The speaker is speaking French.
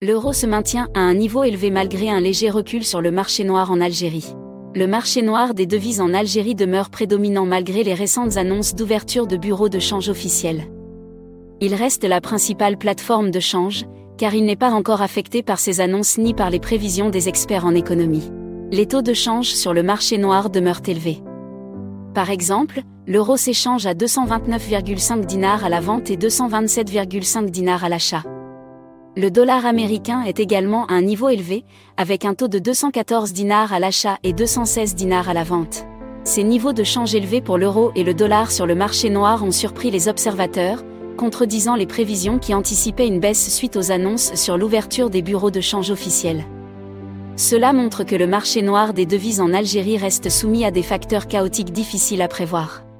L'euro se maintient à un niveau élevé malgré un léger recul sur le marché noir en Algérie. Le marché noir des devises en Algérie demeure prédominant malgré les récentes annonces d'ouverture de bureaux de change officiels. Il reste la principale plateforme de change, car il n'est pas encore affecté par ces annonces ni par les prévisions des experts en économie. Les taux de change sur le marché noir demeurent élevés. Par exemple, l'euro s'échange à 229,5 dinars à la vente et 227,5 dinars à l'achat. Le dollar américain est également à un niveau élevé, avec un taux de 214 dinars à l'achat et 216 dinars à la vente. Ces niveaux de change élevés pour l'euro et le dollar sur le marché noir ont surpris les observateurs, contredisant les prévisions qui anticipaient une baisse suite aux annonces sur l'ouverture des bureaux de change officiels. Cela montre que le marché noir des devises en Algérie reste soumis à des facteurs chaotiques difficiles à prévoir.